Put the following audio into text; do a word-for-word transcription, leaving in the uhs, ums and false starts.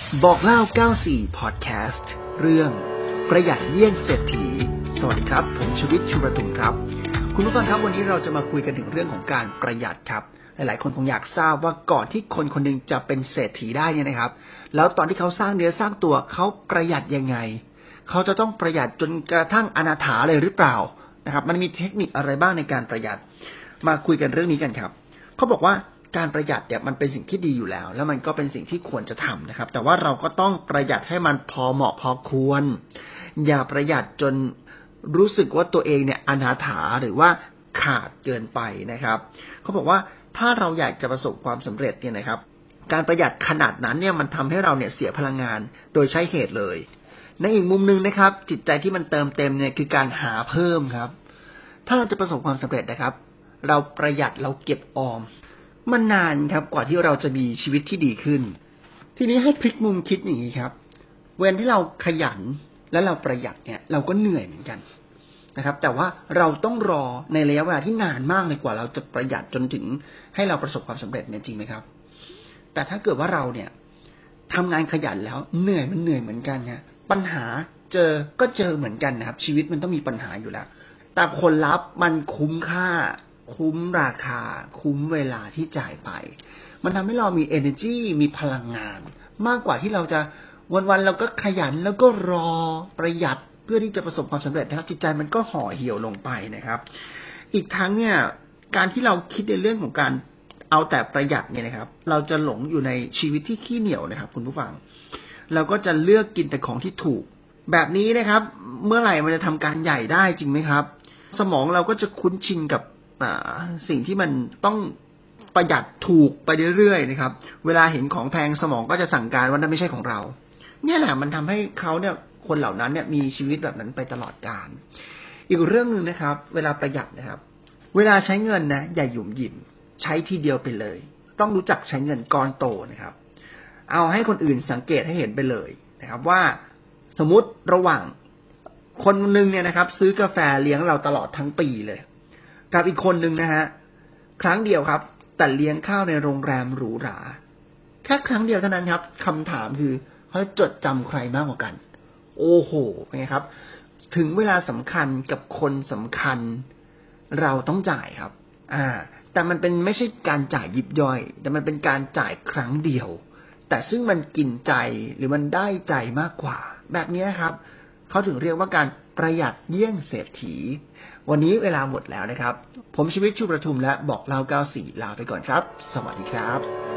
บอกเล่าเก้าสิบสี่พอดแคสต์เรื่องประหยัดเยี่ยงเศรษฐีสวัสดีครับผมชวิตชูประทุมครับคุณผู้ฟังครับวันนี้เราจะมาคุยกันถึงเรื่องของการประหยัดครับหลายๆคนคงอยากทราบว่าก่อนที่คนคนนึงจะเป็นเศรษฐีได้เนี่ยนะครับแล้วตอนที่เขาสร้างเนื้อสร้างตัวเขาประหยัดยังไงเขาจะต้องประหยัดจนกระทั่งอนาถาเลยหรือเปล่านะครับมันมีเทคนิคอะไรบ้างในการประหยัดมาคุยกันเรื่องนี้กันครับเขาบอกว่าการประหยัดเนี่ยมันเป็นสิ่งที่ดีอยู่แล้วแล้วมันก็เป็นสิ่งที่ควรจะทำนะครับแต่ว่าเราก็ต้องประหยัดให้มันพอเหมาะพอควรอย่าประหยัดจนรู้สึกว่าตัวเองเนี่ยอนาถาหรือว่าขาดเกินไปนะครับเขาบอกว่าถ้าเราอยากจะประสบความสำเร็จเนี่ยนะครับการประหยัดขนาดนั้นเนี่ยมันทำให้เราเนี่ยเสียพลังงานโดยใช้เหตุเลยในอีกมุมนึงนะครับจิตใจที่มันเติมเต็มเนี่ยคือการหาเพิ่มครับถ้าเราจะประสบความสำเร็จนะครับเราประหยัดเราเก็บออมมันนานครับกว่าที่เราจะมีชีวิตที่ดีขึ้นทีนี้ให้พลิกมุมคิดอย่างนี้ครับเวลาที่เราขยันและเราประหยัดเนี่ยเราก็เหนื่อยเหมือนกันนะครับแต่ว่าเราต้องรอในระยะเวลาที่นานมากเลยกว่าเราจะประหยัดจนถึงให้เราประสบความสำเร็จเนี่ยจริงไหมครับแต่ถ้าเกิดว่าเราเนี่ยทำงานขยันแล้วเหนื่อยมันเหนื่อยเหมือนกันนะปัญหาเจอก็เจอเหมือนกันนะครับชีวิตมันต้องมีปัญหาอยู่แล้วแต่ผลลัพธ์มันคุ้มค่าคุ้มราคาคุ้มเวลาที่จ่ายไปมันทำให้เรามี energy มีพลังงานมากกว่าที่เราจะวันๆเราก็ขยันแล้วก็รอประหยัดเพื่อที่จะประสบความสำเร็จนะครับจิตใจมันก็ห่อเหี่ยวลงไปนะครับอีกทั้งเนี่ยการที่เราคิดในเรื่องของการเอาแต่ประหยัดเนี่ยนะครับเราจะหลงอยู่ในชีวิตที่ขี้เหนียวนะครับคุณผู้ฟังเราก็จะเลือกกินแต่ของที่ถูกแบบนี้นะครับเมื่อไหร่มันจะทำการใหญ่ได้จริงไหมครับสมองเราก็จะคุ้นชินกับสิ่งที่มันต้องประหยัดถูกไปเรื่อยๆนะครับเวลาเห็นของแพงสมองก็จะสั่งการว่านั่นไม่ใช่ของเราเนี่ยแหละมันทำให้เขาเนี่ยคนเหล่านั้นเนี่ยมีชีวิตแบบนั้นไปตลอดกาลอีกเรื่องนึงนะครับเวลาประหยัดนะครับเวลาใช้เงินนะอย่าหยุ่มหยิมใช้ทีเดียวไปเลยต้องรู้จักใช้เงินก้อนโตนะครับเอาให้คนอื่นสังเกตให้เห็นไปเลยนะครับว่าสมมุติระหว่างคนนึงเนี่ยนะครับซื้อกาแฟเลี้ยงเราตลอดทั้งปีเลยกับอีกคนนึงนะฮะครั้งเดียวครับแต่เลี้ยงข้าวในโรงแรมหรูหราแค่ครั้งเดียวเท่านั้นครับคำถามคือเขาจดจำใครมากกว่ากันโอ้โหเป็นไงครับถึงเวลาสำคัญกับคนสำคัญเราต้องจ่ายครับอ่าแต่มันเป็นไม่ใช่การจ่ายยิบย่อยแต่มันเป็นการจ่ายครั้งเดียวแต่ซึ่งมันกินใจหรือมันได้ใจมากกว่าแบบนี้ครับเขาถึงเรียกว่าการประหยัดเยี่ยงเศรษฐีวันนี้เวลาหมดแล้วนะครับผมชีวิตชูประทุมและบอกเล่าเก้าสิบสี่ลาไปก่อนครับสวัสดีครับ